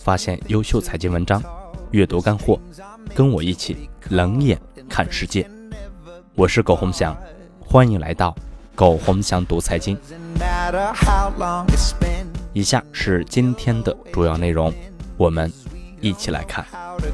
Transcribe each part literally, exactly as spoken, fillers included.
发现优秀财经文章，阅读干货，跟我一起冷眼看世界。我是苟洪祥，欢迎来到苟洪祥读财经。以下是今天的主要内容，我们一起来看。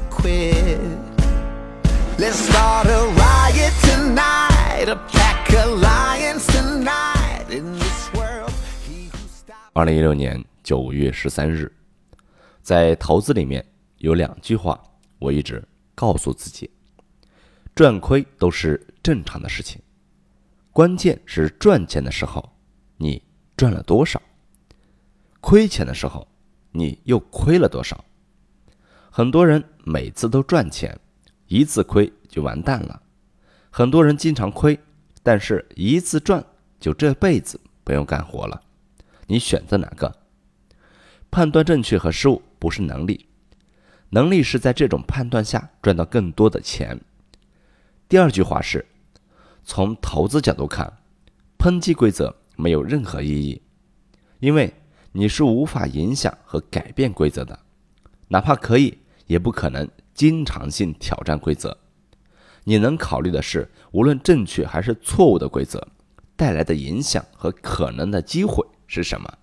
二零一六年九月十三日，在投资里面有两句话我一直告诉自己：赚亏都是正常的事情，关键是赚钱的时候你赚了多少，亏钱的时候你又亏了多少。很多人每次都赚钱，一次亏就完蛋了。很多人经常亏，但是一次赚就这辈子不用干活了。你选择哪个？判断正确和失误不是能力，能力是在这种判断下赚到更多的钱。第二句话是，从投资角度看，抨击规则没有任何意义，因为你是无法影响和改变规则的，哪怕可以，也不可能经常性挑战规则。你能考虑的是，无论正确还是错误的规则带来的影响和可能的机会是什么？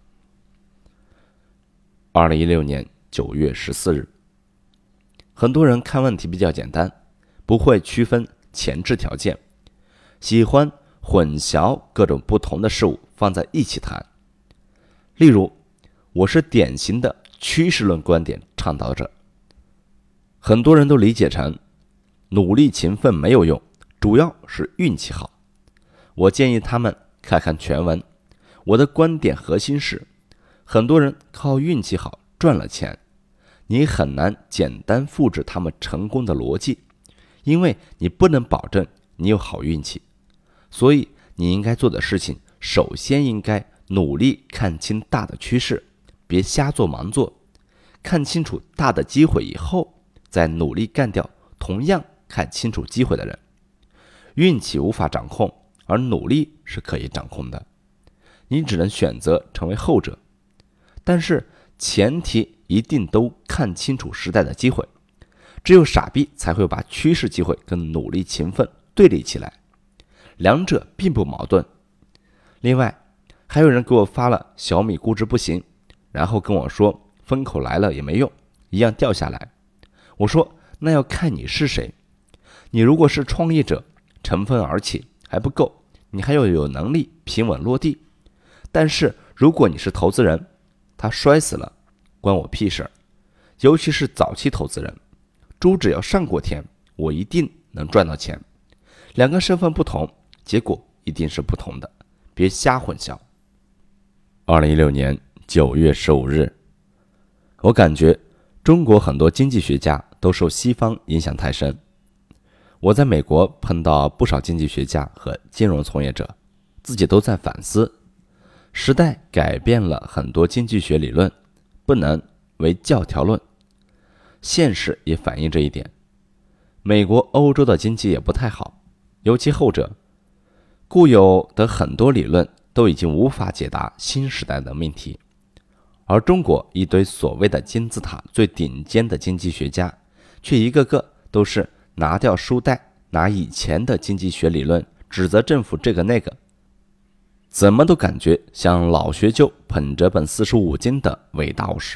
二零一六年九月十四日，很多人看问题比较简单，不会区分前置条件，喜欢混淆各种不同的事物放在一起谈。例如，我是典型的趋势论观点倡导者，很多人都理解成努力勤奋没有用，主要是运气好。我建议他们看看全文。我的观点核心是，很多人靠运气好赚了钱，你很难简单复制他们成功的逻辑，因为你不能保证你有好运气。所以你应该做的事情，首先应该努力看清大的趋势，别瞎做盲做，看清楚大的机会以后，再努力干掉同样看清楚机会的人。运气无法掌控，而努力是可以掌控的，你只能选择成为后者。但是前提一定都看清楚时代的机会，只有傻逼才会把趋势机会跟努力勤奋对立起来，两者并不矛盾。另外，还有人给我发了小米估值不行，然后跟我说风口来了也没用，一样掉下来。我说那要看你是谁，你如果是创业者，乘风而起还不够，你还要有能力平稳落地。但是如果你是投资人，他摔死了关我屁事儿。尤其是早期投资人，猪只要上过天，我一定能赚到钱。两个身份不同，结果一定是不同的，别瞎混淆。二零一六年九月十五日，我感觉中国很多经济学家都受西方影响太深。我在美国碰到不少经济学家和金融从业者，自己都在反思，时代改变了很多经济学理论，不能为教条论。现实也反映这一点。美国、欧洲的经济也不太好，尤其后者，固有的很多理论都已经无法解答新时代的命题。而中国一堆所谓的金字塔最顶尖的经济学家，却一个个都是拿掉书袋，拿以前的经济学理论指责政府这个那个，怎么都感觉像老学究捧着本四书五经的伟大事。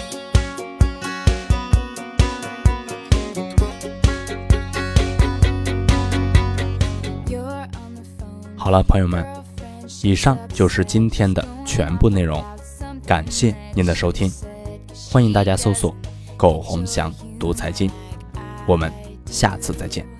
好了，朋友们，以上就是今天的全部内容，感谢您的收听，欢迎大家搜索苟洪祥读财经，我们下次再见。